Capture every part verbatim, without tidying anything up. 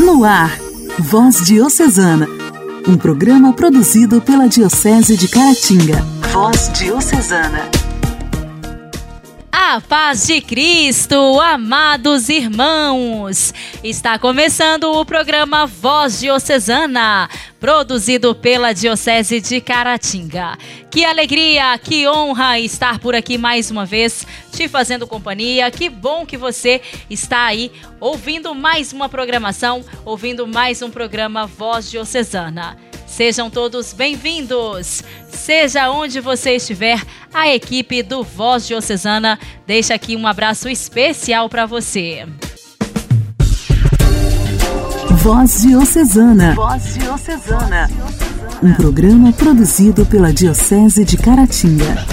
No ar, Voz Diocesana, um programa produzido pela Diocese de Caratinga. Voz Diocesana. A paz de Cristo, amados irmãos! Está começando o programa Voz Diocesana, produzido pela Diocese de Caratinga. Que alegria, que honra estar por aqui mais uma vez, te fazendo companhia. Que bom que você está aí ouvindo mais uma programação, ouvindo mais um programa Voz Diocesana. Sejam todos bem-vindos! Seja onde você estiver, a equipe do Voz Diocesana deixa aqui um abraço especial para você. Voz Diocesana. Voz Diocesana. Um programa produzido pela Diocese de Caratinga.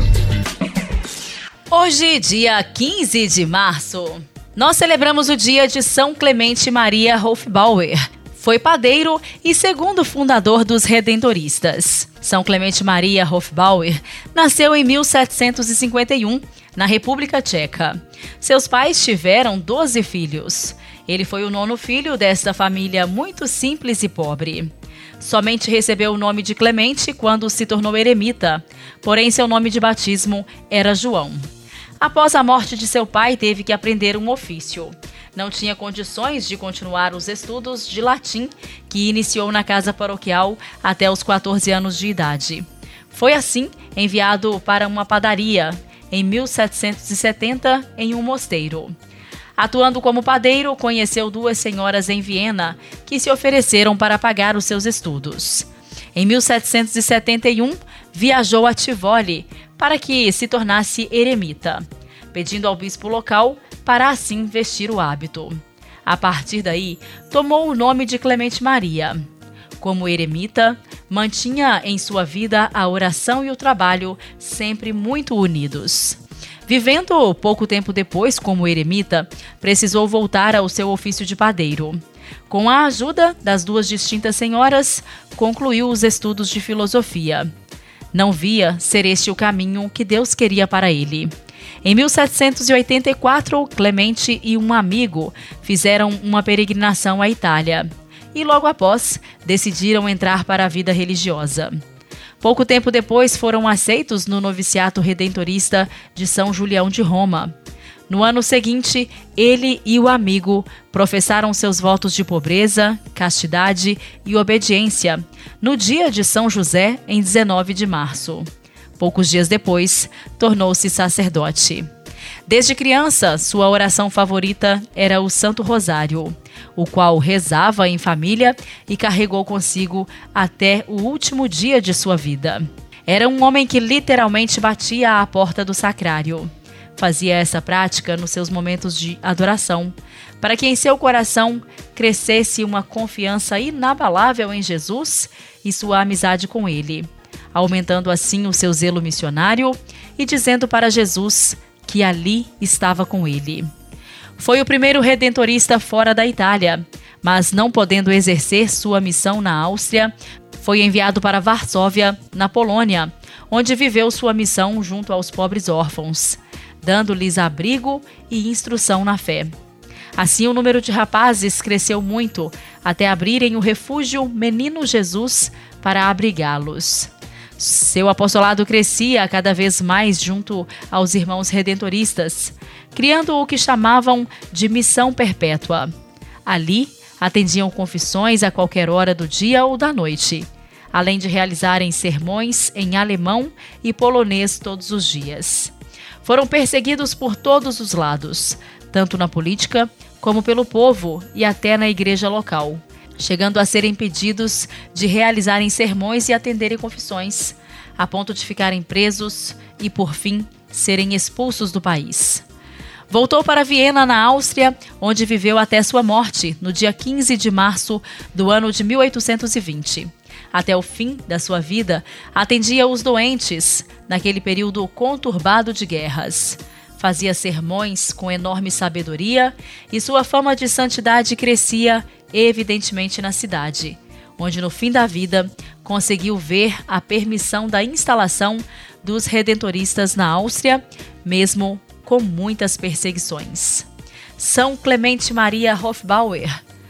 Hoje, dia quinze de março, nós celebramos o dia de São Clemente Maria Hofbauer. Foi padeiro e segundo fundador dos Redentoristas. São Clemente Maria Hofbauer nasceu em mil setecentos e cinquenta e um, na República Tcheca. Seus pais tiveram doze filhos. Ele foi o nono filho desta família muito simples e pobre. Somente recebeu o nome de Clemente quando se tornou eremita, porém seu nome de batismo era João. Após a morte de seu pai, teve que aprender um ofício. Não tinha condições de continuar os estudos de latim que iniciou na casa paroquial até os quatorze anos de idade. Foi assim enviado para uma padaria, em mil setecentos e setenta, em um mosteiro. Atuando como padeiro, conheceu duas senhoras em Viena que se ofereceram para pagar os seus estudos. Em mil setecentos e setenta e um, viajou a Tivoli para que se tornasse eremita, pedindo ao bispo local para assim vestir o hábito. A partir daí, tomou o nome de Clemente Maria. Como eremita, mantinha em sua vida a oração e o trabalho sempre muito unidos. Vivendo pouco tempo depois como eremita, precisou voltar ao seu ofício de padeiro. Com a ajuda das duas distintas senhoras, concluiu os estudos de filosofia. Não via ser este o caminho que Deus queria para ele. Em mil setecentos e oitenta e quatro, Clemente e um amigo fizeram uma peregrinação à Itália e logo após decidiram entrar para a vida religiosa. Pouco tempo depois foram aceitos no noviciato redentorista de São Julião de Roma. No ano seguinte, ele e o amigo professaram seus votos de pobreza, castidade e obediência no dia de São José, em dezenove de março. Poucos dias depois, tornou-se sacerdote. Desde criança, sua oração favorita era o Santo Rosário, o qual rezava em família e carregou consigo até o último dia de sua vida. Era um homem que literalmente batia à porta do sacrário. Fazia essa prática nos seus momentos de adoração, para que em seu coração crescesse uma confiança inabalável em Jesus e sua amizade com ele, aumentando assim o seu zelo missionário e dizendo para Jesus que ali estava com ele. Foi o primeiro redentorista fora da Itália, mas não podendo exercer sua missão na Áustria, foi enviado para Varsóvia, na Polônia, onde viveu sua missão junto aos pobres órfãos, dando-lhes abrigo e instrução na fé. Assim, o número de rapazes cresceu muito, até abrirem o refúgio Menino Jesus para abrigá-los. Seu apostolado crescia cada vez mais junto aos irmãos redentoristas, criando o que chamavam de missão perpétua. Ali, atendiam confissões a qualquer hora do dia ou da noite, além de realizarem sermões em alemão e polonês todos os dias. Foram perseguidos por todos os lados, tanto na política como pelo povo e até na igreja local, chegando a serem impedidos de realizarem sermões e atenderem confissões, a ponto de ficarem presos e, por fim, serem expulsos do país. Voltou para Viena, na Áustria, onde viveu até sua morte, no dia quinze de março do ano de mil oitocentos e vinte. Até o fim da sua vida, atendia os doentes, naquele período conturbado de guerras. Fazia sermões com enorme sabedoria e sua fama de santidade crescia evidentemente na cidade, onde no fim da vida conseguiu ver a permissão da instalação dos redentoristas na Áustria, mesmo com muitas perseguições. São Clemente Maria Hofbauer,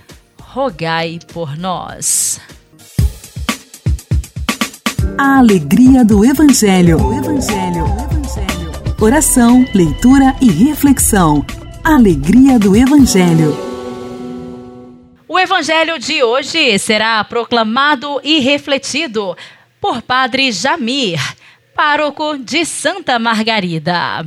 rogai por nós. A alegria do Evangelho. O Evangelho. O Evangelho. Oração, leitura e reflexão. Alegria do Evangelho. O Evangelho de hoje será proclamado e refletido por Padre Jamir, pároco de Santa Margarida.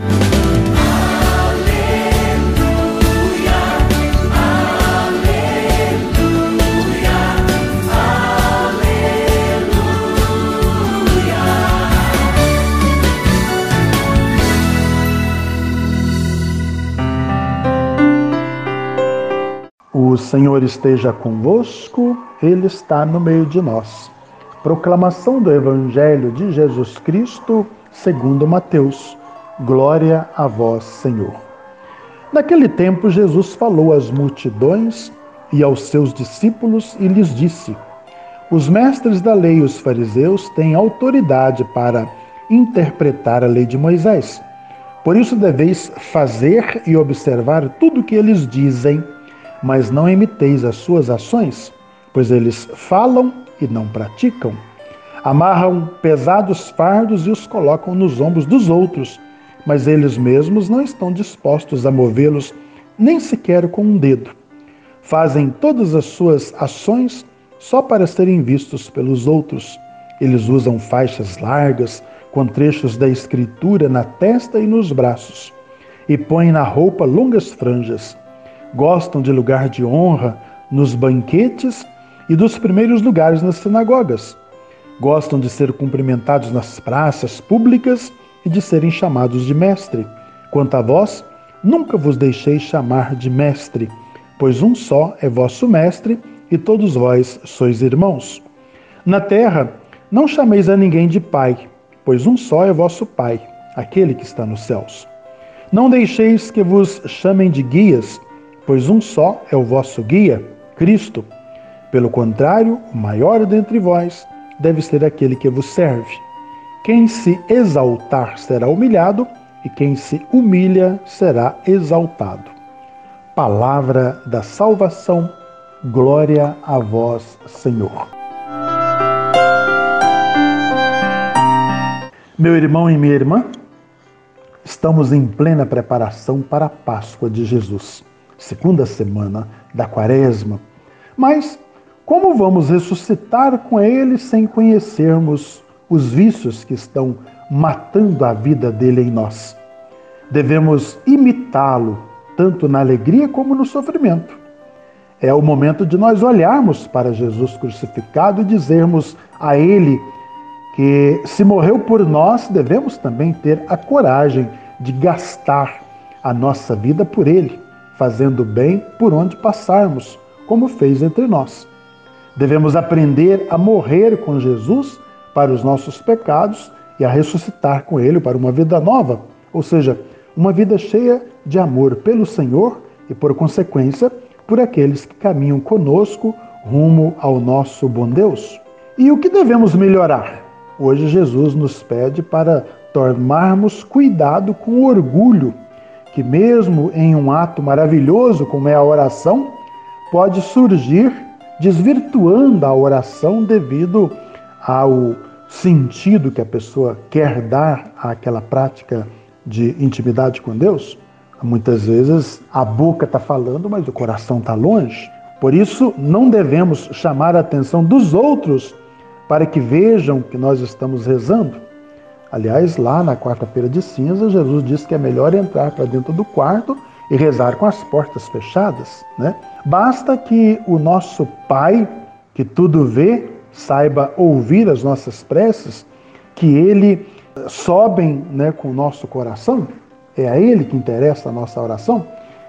O Senhor esteja convosco, Ele está no meio de nós. Proclamação do Evangelho de Jesus Cristo, segundo Mateus. Glória a vós, Senhor. Naquele tempo, Jesus falou às multidões e aos seus discípulos e lhes disse: os mestres da lei e os fariseus têm autoridade para interpretar a lei de Moisés. Por isso deveis fazer e observar tudo o que eles dizem, mas não imiteis as suas ações, pois eles falam e não praticam. Amarram pesados fardos e os colocam nos ombros dos outros, mas eles mesmos não estão dispostos a movê-los nem sequer com um dedo. Fazem todas as suas ações só para serem vistos pelos outros. Eles usam faixas largas com trechos da Escritura na testa e nos braços, e põem na roupa longas franjas. Gostam de lugar de honra nos banquetes e dos primeiros lugares nas sinagogas. Gostam de ser cumprimentados nas praças públicas e de serem chamados de mestre. Quanto a vós, nunca vos deixei chamar de mestre, pois um só é vosso mestre e todos vós sois irmãos. Na terra, não chameis a ninguém de pai, pois um só é vosso Pai, aquele que está nos céus. Não deixeis que vos chamem de guias, pois um só é o vosso guia, Cristo. Pelo contrário, o maior dentre vós deve ser aquele que vos serve. Quem se exaltar será humilhado, e quem se humilha será exaltado. Palavra da salvação, glória a vós, Senhor. Meu irmão e minha irmã, estamos em plena preparação para a Páscoa de Jesus, segunda semana da Quaresma. Mas como vamos ressuscitar com Ele sem conhecermos os vícios que estão matando a vida dele em nós? Devemos imitá-lo, tanto na alegria como no sofrimento. É o momento de nós olharmos para Jesus crucificado e dizermos a Ele que, se morreu por nós, devemos também ter a coragem de gastar a nossa vida por Ele, fazendo bem por onde passarmos, como fez entre nós. Devemos aprender a morrer com Jesus para os nossos pecados e a ressuscitar com Ele para uma vida nova, ou seja, uma vida cheia de amor pelo Senhor e, por consequência, por aqueles que caminham conosco rumo ao nosso bom Deus. E o que devemos melhorar? Hoje Jesus nos pede para tomarmos cuidado com o orgulho, que mesmo em um ato maravilhoso como é a oração, pode surgir desvirtuando a oração devido ao sentido que a pessoa quer dar àquela prática de intimidade com Deus. Muitas vezes a boca está falando, mas o coração está longe. Por isso, não devemos chamar a atenção dos outros para que vejam que nós estamos rezando. Aliás, lá na quarta-feira de cinza, Jesus disse que é melhor entrar para dentro do quarto e rezar com as portas fechadas, né? Basta que o nosso Pai, que tudo vê, saiba ouvir as nossas preces, que Ele sobem, né, com o nosso coração. É a Ele que interessa a nossa oração.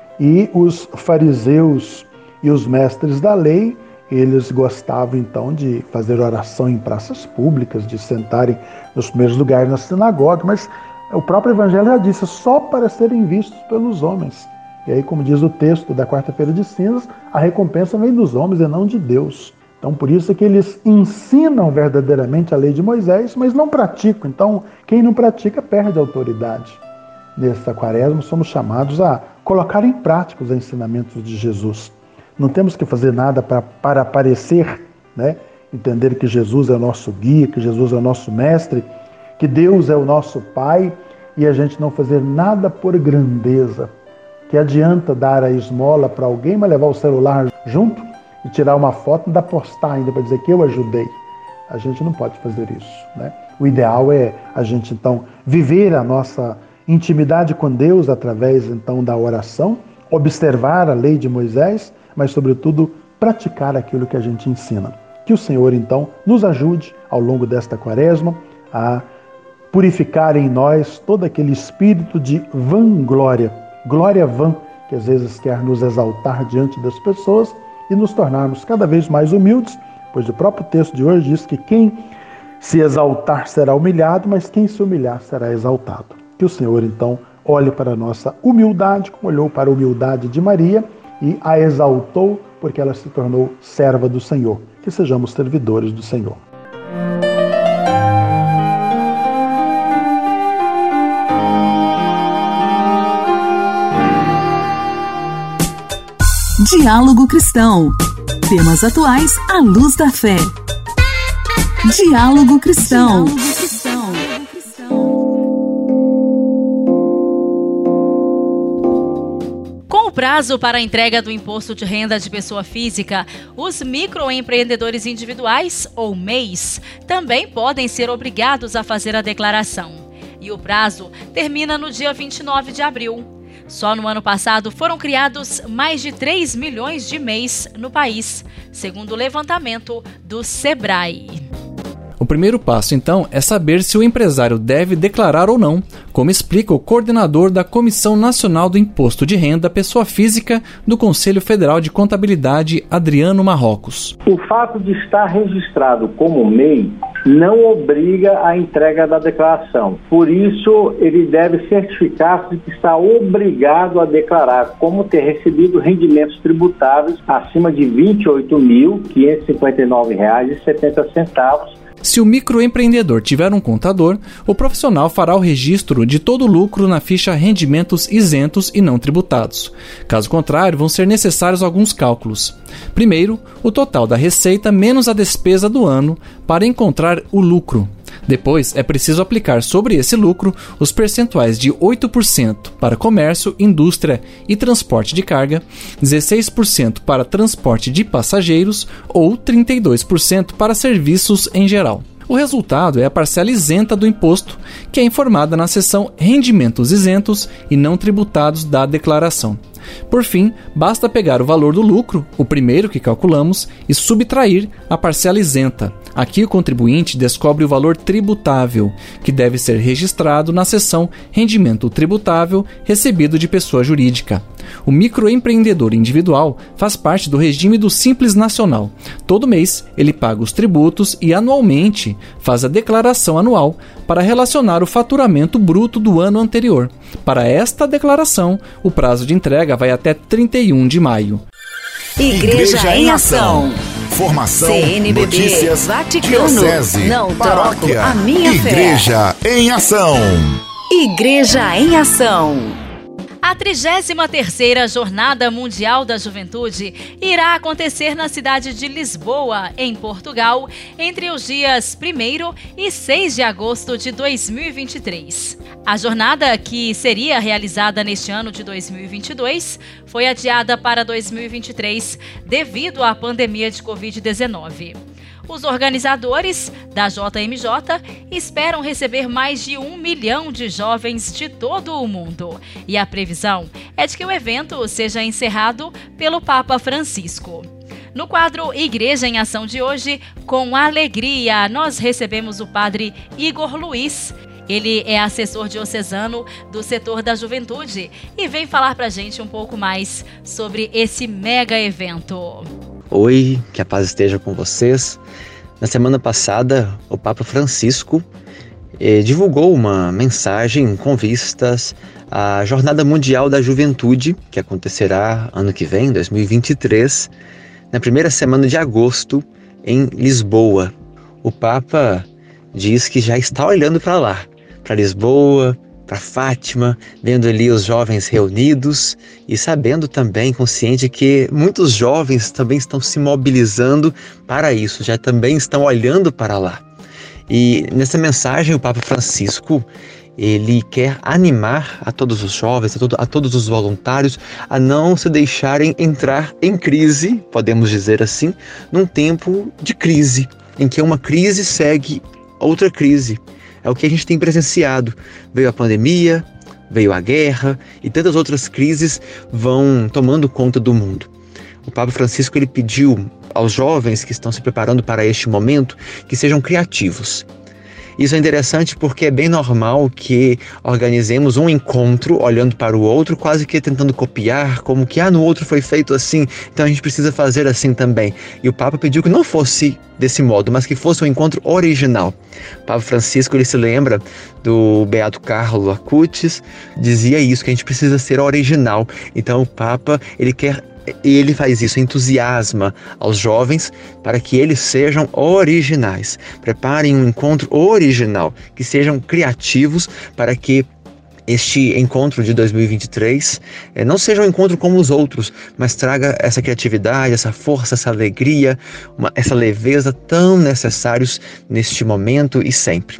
E os fariseus e os mestres da lei, eles gostavam então de fazer oração em praças públicas, de sentarem nos primeiros lugares na sinagoga, mas o próprio Evangelho já disse, só para serem vistos pelos homens. E aí, como diz o texto da quarta-feira de cinzas, a recompensa vem dos homens e não de Deus. Então, por isso é que eles ensinam verdadeiramente a lei de Moisés, mas não praticam. Então, quem não pratica perde a autoridade. Nesta Quaresma, somos chamados a colocar em prática os ensinamentos de Jesus. não temos que fazer nada pra, para aparecer, né? Entender que Jesus é o nosso guia, que Jesus é o nosso mestre, que Deus é o nosso Pai, e a gente não fazer nada por grandeza. Que adianta dar a esmola para alguém, mas levar o celular junto e tirar uma foto e ainda postar ainda para dizer que eu ajudei. A gente não pode fazer isso, né? O ideal é a gente, então, viver a nossa intimidade com Deus através, então, da oração, observar a lei de Moisés, mas, sobretudo, praticar aquilo que a gente ensina. Que o Senhor, então, nos ajude, ao longo desta quaresma, a purificar em nós todo aquele espírito de vanglória, glória vã, que às vezes quer nos exaltar diante das pessoas e nos tornarmos cada vez mais humildes, pois o próprio texto de hoje diz que quem se exaltar será humilhado, mas quem se humilhar será exaltado. Que o Senhor, então, olhe para a nossa humildade, como olhou para a humildade de Maria e a exaltou porque ela se tornou serva do Senhor. Que sejamos servidores do Senhor. Diálogo Cristão. Temas atuais à luz da fé. Diálogo Cristão. Com o prazo para a entrega do Imposto de Renda de Pessoa Física, os microempreendedores individuais, ou M E Is, também podem ser obrigados a fazer a declaração. E o prazo termina no dia vinte e nove de abril. Só no ano passado foram criados mais de três milhões de M E Is no país, segundo o levantamento do Sebrae. O primeiro passo, então, é saber se o empresário deve declarar ou não, como explica o coordenador da Comissão Nacional do Imposto de Renda Pessoa Física do Conselho Federal de Contabilidade, Adriano Marrocos. O fato de estar registrado como M E I não obriga a entrega da declaração. Por isso, ele deve certificar-se de que está obrigado a declarar como ter recebido rendimentos tributáveis acima de vinte e oito mil, quinhentos e cinquenta e nove reais e setenta centavos. Se o microempreendedor tiver um contador, o profissional fará o registro de todo o lucro na ficha Rendimentos Isentos e Não Tributados. Caso contrário, vão ser necessários alguns cálculos. Primeiro, o total da receita menos a despesa do ano para encontrar o lucro. Depois, é preciso aplicar sobre esse lucro os percentuais de oito por cento para comércio, indústria e transporte de carga, dezesseis por cento para transporte de passageiros ou trinta e dois por cento para serviços em geral. O resultado é a parcela isenta do imposto, que é informada na seção Rendimentos Isentos e Não Tributados da declaração. Por fim, basta pegar o valor do lucro, o primeiro que calculamos, e subtrair a parcela isenta. Aqui o contribuinte descobre o valor tributável, que deve ser registrado na seção Rendimento Tributável recebido de pessoa jurídica. O microempreendedor individual faz parte do regime do Simples Nacional. Todo mês ele paga os tributos e anualmente faz a declaração anual para relacionar o faturamento bruto do ano anterior. Para esta declaração, o prazo de entrega vai até trinta e um de maio. Igreja, Igreja em Ação. Formação, C N B B, notícias, Vaticano, diocese, não paróquia, troco a minha Igreja fé. em Ação. Igreja em Ação. A trigésima terceira Jornada Mundial da Juventude irá acontecer na cidade de Lisboa, em Portugal, entre os dias primeiro e seis de agosto de dois mil e vinte e três. A jornada, que seria realizada neste ano de dois mil e vinte e dois, foi adiada para dois mil e vinte e três devido à pandemia de covid dezenove. Os organizadores da J M J esperam receber mais de um milhão de jovens de todo o mundo. E a previsão é de que o evento seja encerrado pelo Papa Francisco. No quadro Igreja em Ação de hoje, com alegria, nós recebemos o padre Igor Luiz. Ele é assessor diocesano do setor da juventude e vem falar pra gente um pouco mais sobre esse mega evento. Oi, que a paz esteja com vocês. Na semana passada, o Papa Francisco eh, divulgou uma mensagem com vistas à Jornada Mundial da Juventude, que acontecerá ano que vem, dois mil e vinte e três, na primeira semana de agosto, em Lisboa. O Papa diz que já está olhando para lá, para Lisboa, para Fátima, vendo ali os jovens reunidos e sabendo também, consciente que muitos jovens também estão se mobilizando para isso, já também estão olhando para lá. E nessa mensagem o Papa Francisco, ele quer animar a todos os jovens, a, todo, a todos os voluntários a não se deixarem entrar em crise, podemos dizer assim, num tempo de crise, em que uma crise segue outra crise. É o que a gente tem presenciado. Veio a pandemia, veio a guerra e tantas outras crises vão tomando conta do mundo. O Papa Francisco ele pediu aos jovens que estão se preparando para este momento que sejam criativos. Isso é interessante porque é bem normal que organizemos um encontro olhando para o outro, quase que tentando copiar, como que ah, no outro foi feito assim, então a gente precisa fazer assim também. E o Papa pediu que não fosse desse modo, mas que fosse um encontro original. O Papa Francisco ele se lembra do Beato Carlo Acutis, dizia isso, que a gente precisa ser original. Então o Papa ele quer E ele faz isso, entusiasma aos jovens para que eles sejam originais. Preparem um encontro original, que sejam criativos para que este encontro de dois mil e vinte e três eh, não seja um encontro como os outros, mas traga essa criatividade, essa força, essa alegria, uma, essa leveza tão necessários neste momento e sempre.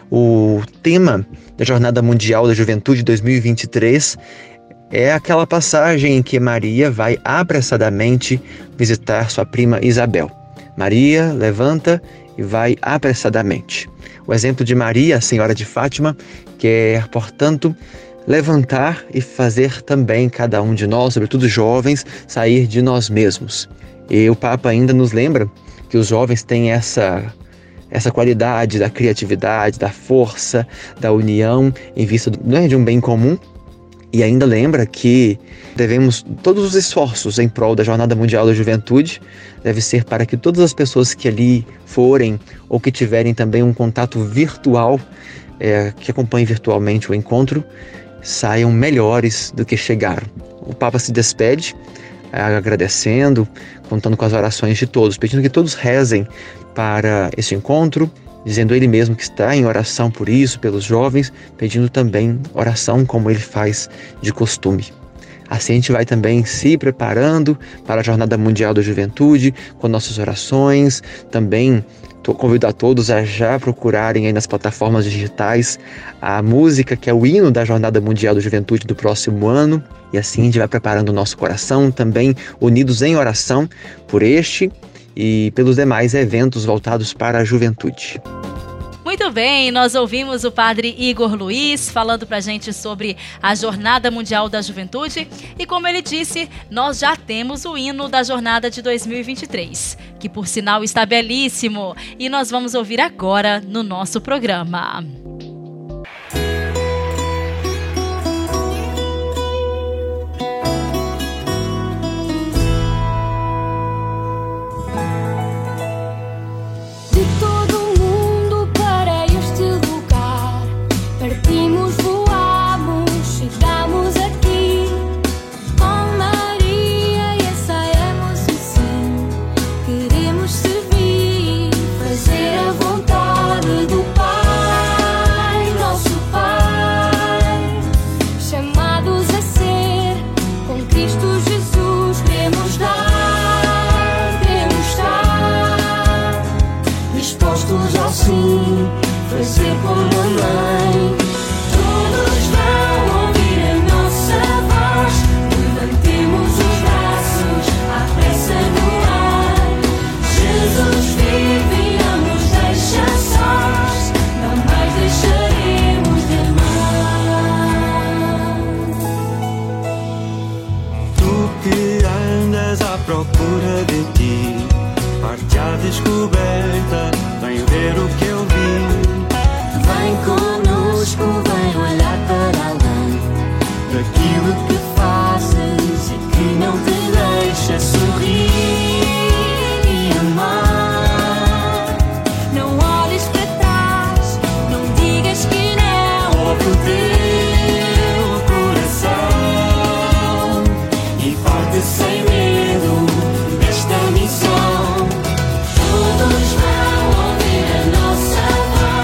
O tema da Jornada Mundial da Juventude dois mil e vinte e três é aquela passagem em que Maria vai apressadamente visitar sua prima Isabel. Maria levanta e vai apressadamente. O exemplo de Maria, a Senhora de Fátima, quer, portanto, levantar e fazer também cada um de nós, sobretudo jovens, sair de nós mesmos. E o Papa ainda nos lembra que os jovens têm essa, essa qualidade da criatividade, da força, da união em vista do, não é, de um bem comum. E ainda lembra que devemos, todos os esforços em prol da Jornada Mundial da Juventude deve ser para que todas as pessoas que ali forem ou que tiverem também um contato virtual, é, que acompanhem virtualmente o encontro, saiam melhores do que chegaram. O Papa se despede, agradecendo, contando com as orações de todos, pedindo que todos rezem para esse encontro, dizendo ele mesmo que está em oração por isso, pelos jovens, pedindo também oração como ele faz de costume. Assim a gente vai também se preparando para a Jornada Mundial da Juventude, com nossas orações. Também convido a todos a já procurarem aí nas plataformas digitais a música que é o hino da Jornada Mundial da Juventude do próximo ano. E assim a gente vai preparando o nosso coração, também unidos em oração por este e pelos demais eventos voltados para a juventude. Muito bem, nós ouvimos o padre Igor Luiz falando pra gente sobre a Jornada Mundial da Juventude e, como ele disse, nós já temos o hino da Jornada de dois mil e vinte e três, que por sinal está belíssimo, e nós vamos ouvir agora no nosso programa. Fazer como a mãe, todos vão ouvir a nossa voz. Levantemos os braços à pressa no ar. Jesus vive e não nos deixa sós, não mais deixaremos de amar. Tu que andas à procura de ti, parte à descoberta, vem ver o que eu vi. Vem conosco, vem olhar para além daquilo que fazes e que não te deixa sorrir e amar. Não olhes para trás, não digas que não. Ouve o teu coração e parte sem medo desta missão. Todos vão ouvir a nossa voz.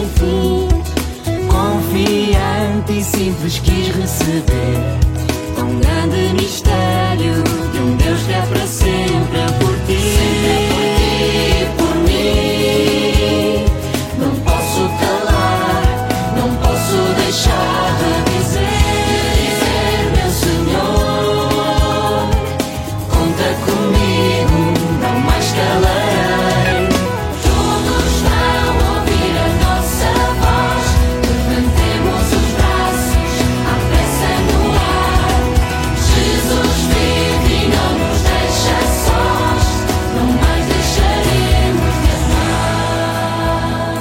sem fim. Confiante e simples quis receber tão grande mistério de um Deus que é para sempre por ti. Sempre por ti, por mim. Não posso calar, não posso deixar de dizer, dizer, meu Senhor, conta comigo, não mais calarei. Todos vão ouvir a nossa voz, levantemos os braços, à pressa no ar. Jesus vive e não nos deixa sós, não mais deixaremos de amar.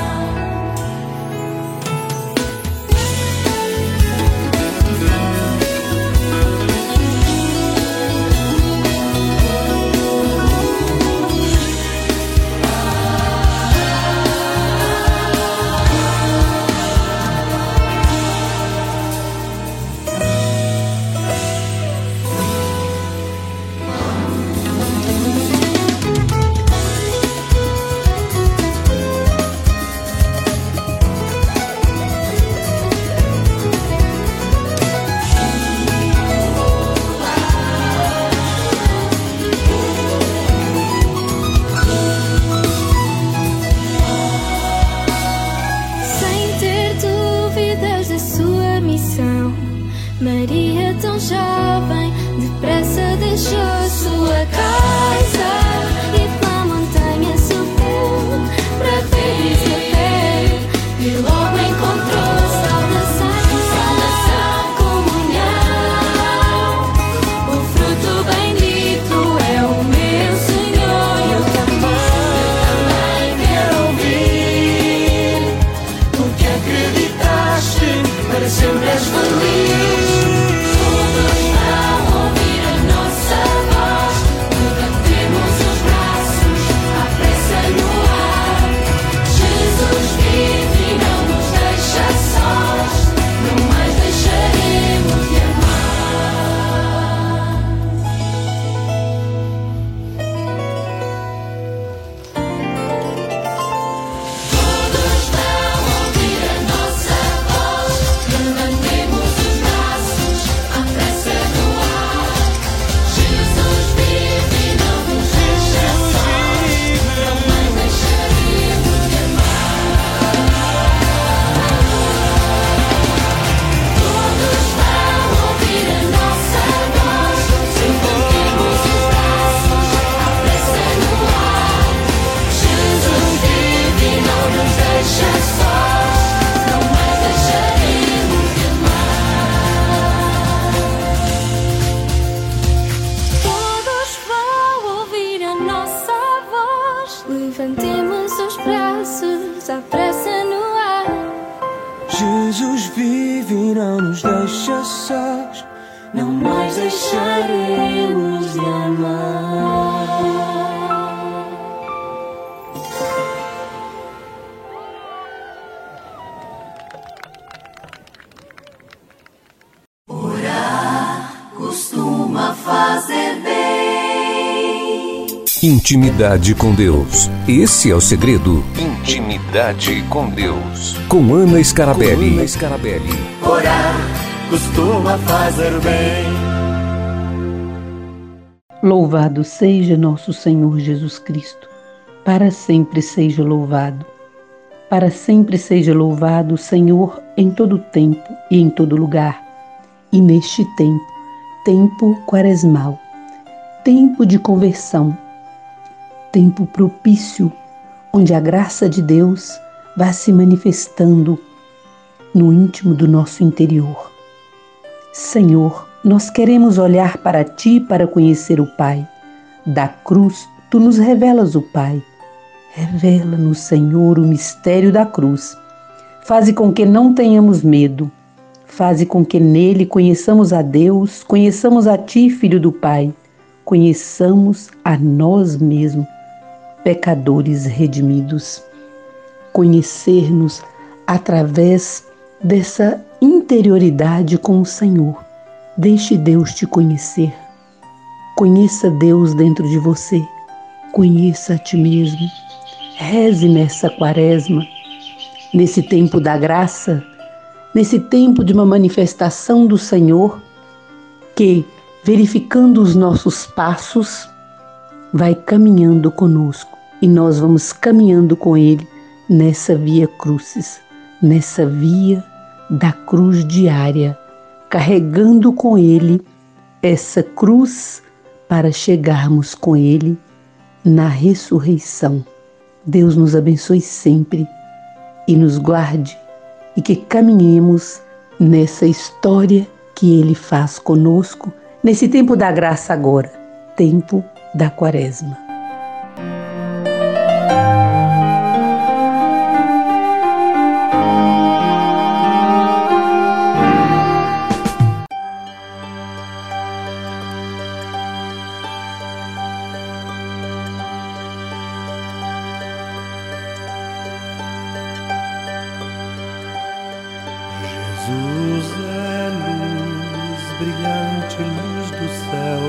Sem ter dúvidas da sua missão, Maria, tão jovem, depressa deixou sua casa e pela montanha subiu para ver Isabel, e logo encontrou saudação, saudação, comunhão. O fruto bendito é o meu Senhor, e eu também, eu também quero ouvir, porque acreditaste, para sempre és feliz. Todos vão ouvir a nossa voz, levantemos os braços, à pressa no ar. Jesus vive e não nos deixa sós, não mais deixaremos de amar. Todos vão ouvir a nossa voz, levantemos os braços, à pressa no ar. Jesus vive e não nos deixa sós, não mais deixaremos de amar. Todos vão ouvir a nossa voz, levantemos os braços, à pressa no ar. Jesus vive e não nos deixa sós, não mais deixaremos de amar. Todos vão ouvir a nossa voz, levantemos os braços, à pressa no ar. Jesus vive e não nos deixa sós, Não mais deixaremos de amar. Costuma fazer bem. Intimidade com Deus. Esse é o segredo. Intimidade com Deus. Com Ana Scarabelli. Com Ana Scarabelli. orar costuma fazer bem. Louvado seja nosso Senhor Jesus Cristo. Para sempre seja louvado. Para sempre seja louvado o Senhor em todo tempo e em todo lugar. E neste tempo, tempo quaresmal, tempo de conversão, tempo propício, onde a graça de Deus vai se manifestando no íntimo do nosso interior. Senhor, nós queremos olhar para Ti para conhecer o Pai. Da cruz, Tu nos revelas o Pai. Revela-nos, Senhor, o mistério da cruz. Faze com que não tenhamos medo. Faze com que nele conheçamos a Deus, conheçamos a Ti, Filho do Pai. Conheçamos a nós mesmos, pecadores redimidos. Conhecer-nos através dessa interioridade com o Senhor. Deixe Deus te conhecer. Conheça Deus dentro de você. Conheça a ti mesmo. Reze nessa quaresma. nesse tempo da graça, nesse tempo de uma manifestação do Senhor, que, verificando os nossos passos, vai caminhando conosco e nós vamos caminhando com Ele nessa via crucis, nessa via da cruz diária, carregando com Ele essa cruz para chegarmos com Ele na ressurreição. Deus nos abençoe sempre e nos guarde e que caminhemos nessa história que Ele faz conosco nesse tempo da graça agora, tempo da Quaresma. Jesus é luz, brilhante luz do céu.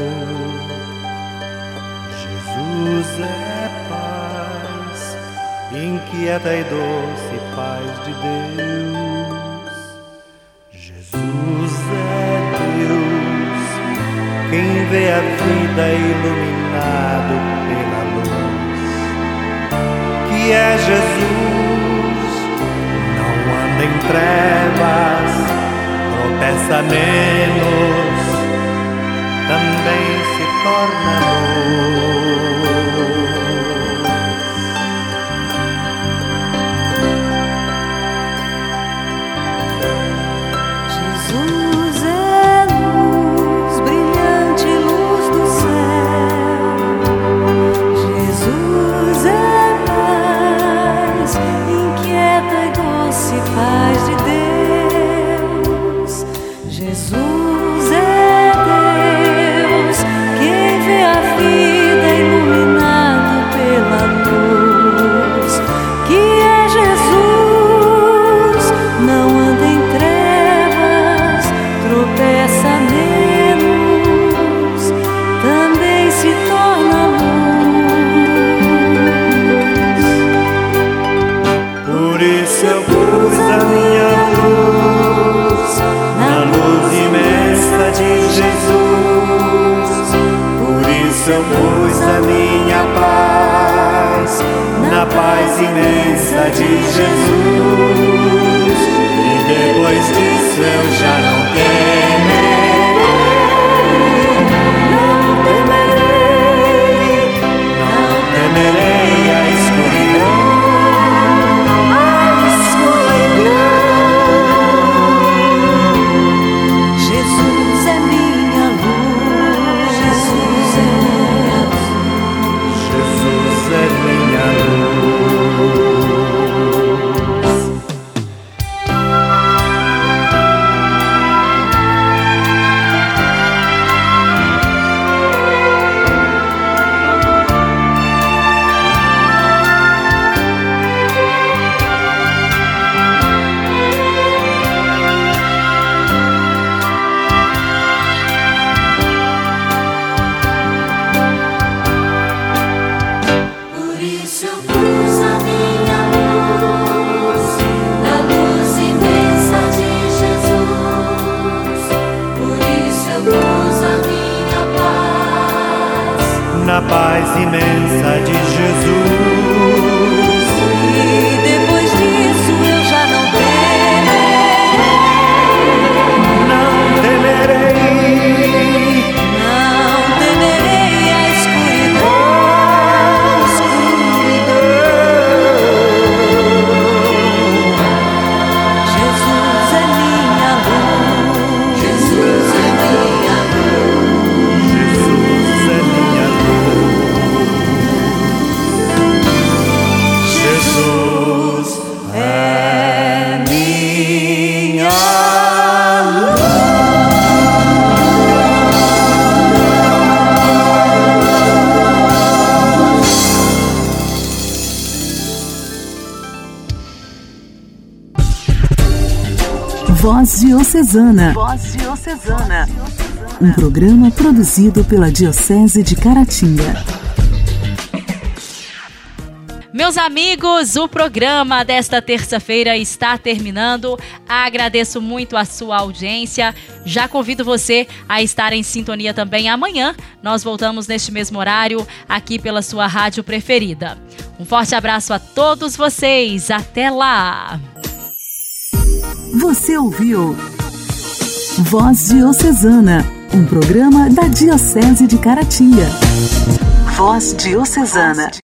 Jesus é paz, inquieta e doce paz de Deus. Jesus é Deus, quem vê a vida iluminado pela luz. Que é Jesus, não anda em trevas, tropeça menos, também se torna luz. Jesus é luz, brilhante luz do céu. Jesus é paz, inquieta e doce paz de Deus. Jesus é Deus, quem vê a vida iluminado pela luz. Que é Jesus, não anda em trevas, tropeça menos, também se torna luz. Por isso eu pus a minha luz na luz imensa de Jesus. Por isso eu pus a minha paz na paz imensa de Jesus. E depois disso eu já não temerei, não temerei, não temerei a escuridão. Jesus é minha luz, Jesus é minha luz. Jesus é minha luz. Por isso eu pus a minha luz na luz imensa de Jesus. Por isso eu pus a minha paz Na paz imensa de Jesus. e depois disso eu já não temerei, Não temerei, não temerei a escuridão. Jesus é minha luz, Jesus é minha luz. Jesus é minha luz. Jesus é minha luz. Voz Diocesana. Voz Diocesana. Um programa produzido pela Diocese de Caratinga. Meus amigos, o programa desta terça-feira está terminando. Agradeço muito a sua audiência. Já convido você a estar em sintonia também amanhã. Nós voltamos neste mesmo horário aqui pela sua rádio preferida. Um forte abraço a todos vocês. Até lá! Você ouviu Voz Diocesana, um programa da Diocese de Caratinga. Voz Diocesana.